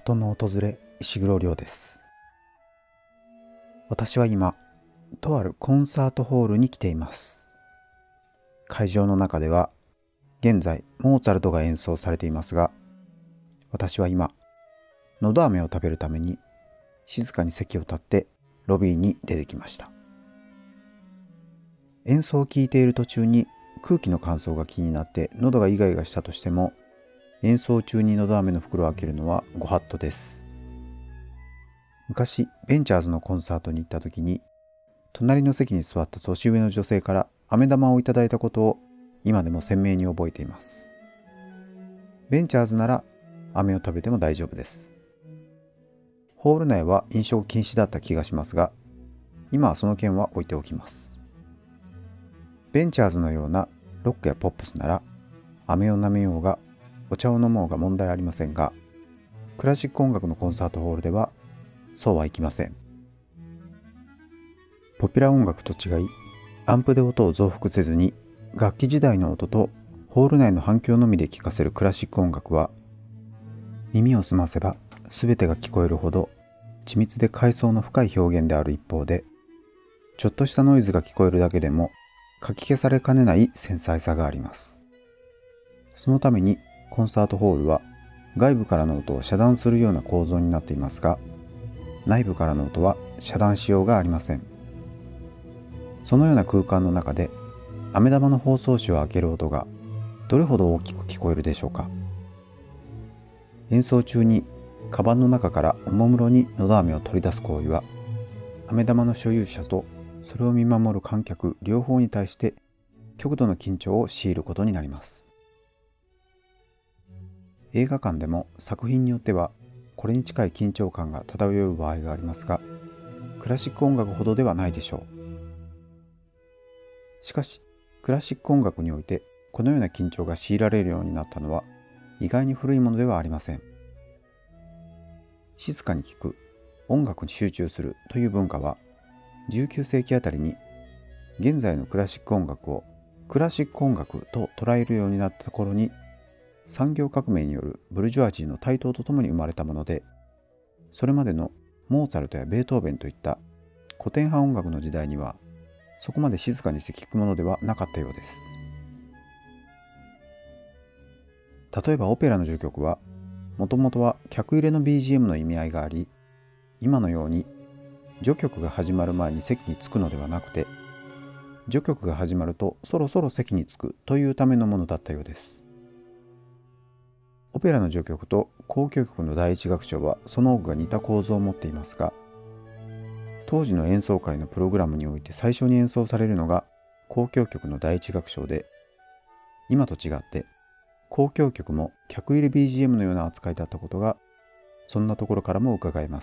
里の訪れ、石黒亮です。私は今、とあるコンサートホールに来ています。会場の中では、現在モーツァルトが演奏されていますが、私は今、のど飴を食べるために静かに席を立ってロビーに出てきました。演奏を聴いている途中に空気の乾燥が気になって喉がイガイガしたとしても、演奏中にのど飴の袋を開けるのはご法度です。昔ベンチャーズのコンサートに行った時に、隣の席に座った年上の女性から飴玉をいただいたことを今でも鮮明に覚えています。ベンチャーズなら飴を食べても大丈夫です。ホール内は飲食禁止だった気がしますが、今はその件は置いておきます。ベンチャーズのようなロックやポップスなら飴を舐めようがお茶を飲もうが問題ありませんが、クラシック音楽のコンサートホールではそうはいきません。ポピュラー音楽と違い、アンプで音を増幅せずに楽器自体の音とホール内の反響のみで聴かせるクラシック音楽は、耳を澄ませば全てが聞こえるほど緻密で階層の深い表現である一方で、ちょっとしたノイズが聞こえるだけでもかき消されかねない繊細さがあります。そのためにコンサートホールは外部からの音を遮断するような構造になっていますが、内部からの音は遮断しようがありません。そのような空間の中で飴玉の包装紙を開ける音がどれほど大きく聞こえるでしょうか。演奏中にカバンの中からおもむろにのど飴を取り出す行為は、飴玉の所有者とそれを見守る観客両方に対して極度の緊張を強いることになります。映画館でも作品によってはこれに近い緊張感が漂う場合がありますが、クラシック音楽ほどではないでしょう。しかし、クラシック音楽においてこのような緊張が強いられるようになったのは意外に古いものではありません。静かに聴く、音楽に集中するという文化は19世紀あたりに現在のクラシック音楽をクラシック音楽と捉えるようになった頃に、産業革命によるブルジョワジーの台頭とともに生まれたもので、それまでのモーツァルトやベートーベンといった古典派音楽の時代にはそこまで静かにして聴くものではなかったようです。例えばオペラの序曲はもともとは客入れの BGM の意味合いがあり、今のように序曲が始まる前に席に着くのではなくて、序曲が始まるとそろそろ席に着くというためのものだったようです。オペラの序曲と交響曲の第一楽章はその多くが似た構造を持っていますが、当時の演奏会のプログラムにおいて最初に演奏されるのが交響曲の第一楽章で、今と違って交響曲も客入れ BGM のような扱いだったことが、そんなところからも伺えます。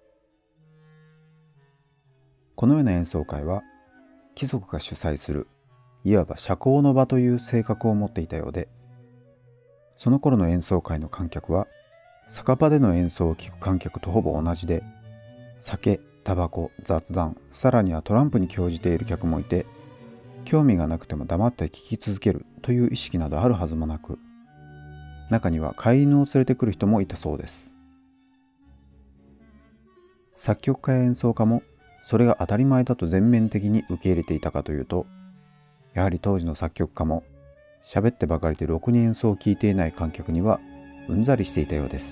このような演奏会は貴族が主催するいわば社交の場という性格を持っていたようで、その頃の演奏会の観客は酒場での演奏を聴く観客とほぼ同じで、酒、タバコ、雑談、さらにはトランプに興じている客もいて、興味がなくても黙って聴き続けるという意識などあるはずもなく、中には飼い犬を連れてくる人もいたそうです。作曲家や演奏家もそれが当たり前だと全面的に受け入れていたかというと、やはり当時の作曲家も喋ってばかりでろくに演奏を聴いていない観客にはうんざりしていたようです。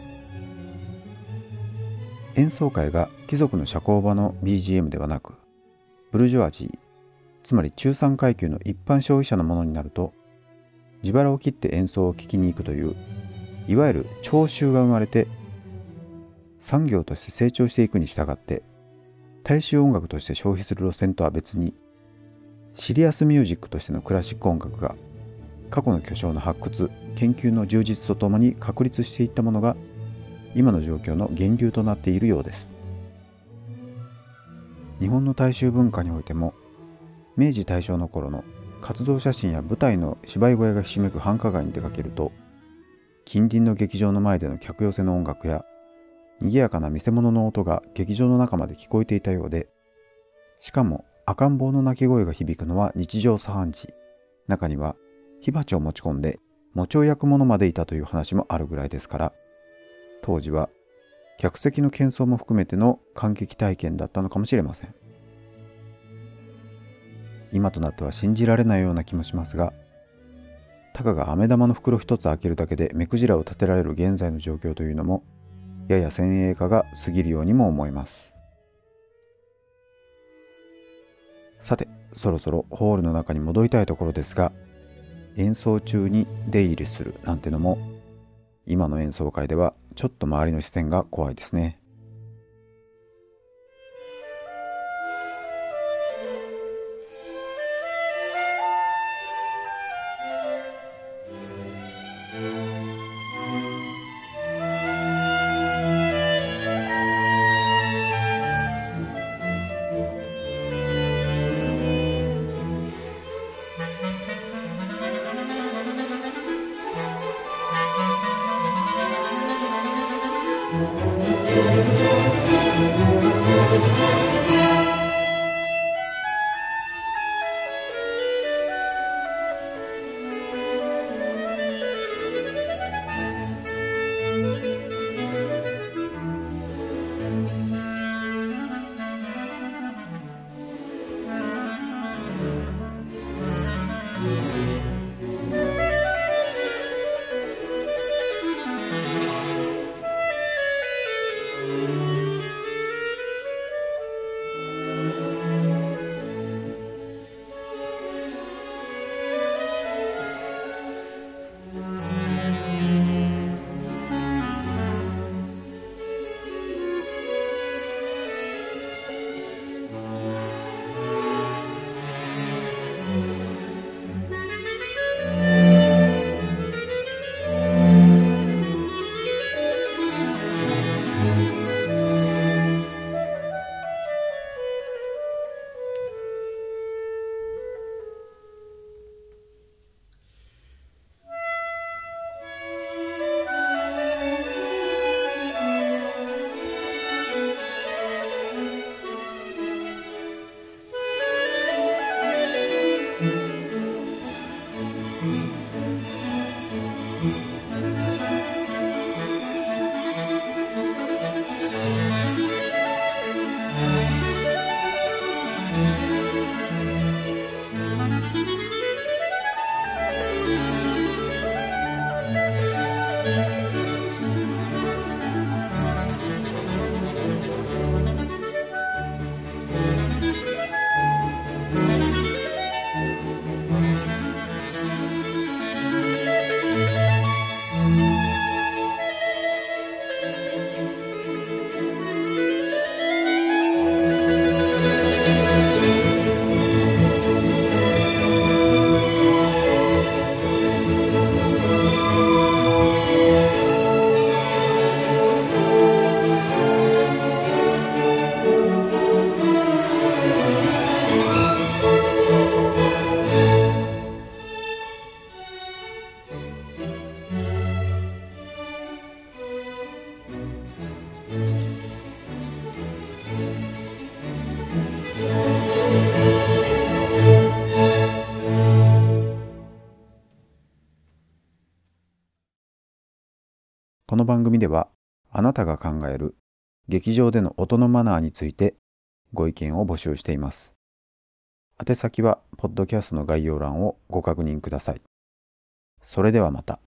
演奏会が貴族の社交場の BGM ではなく、ブルジョワジー、つまり中産階級の一般消費者のものになると、自腹を切って演奏を聴きに行くといういわゆる徴収が生まれて、産業として成長していくに従って、大衆音楽として消費する路線とは別に、シリアスミュージックとしてのクラシック音楽が過去の巨匠の発掘・研究の充実とともに確立していったものが今の状況の源流となっているようです。日本の大衆文化においても、明治大正の頃の活動写真や舞台の芝居小屋がひしめく繁華街に出かけると、近隣の劇場の前での客寄せの音楽や賑やかな見せ物の音が劇場の中まで聞こえていたようで、しかも赤ん坊の泣き声が響くのは日常茶飯事、中には火鉢を持ち込んで餅を焼く者までいたという話もあるぐらいですから、当時は客席の喧騒も含めての感激体験だったのかもしれません。今となっては信じられないような気もしますが、たかが飴玉の袋一つ開けるだけで目くじらを立てられる現在の状況というのも、やや先鋭化が過ぎるようにも思えます。さて、そろそろホールの中に戻りたいところですが、演奏中に出入りするなんてのも、今の演奏会ではちょっと周りの視線が怖いですね。この番組では、あなたが考える劇場での音のマナーについてご意見を募集しています。宛先はポッドキャストの概要欄をご確認ください。それではまた。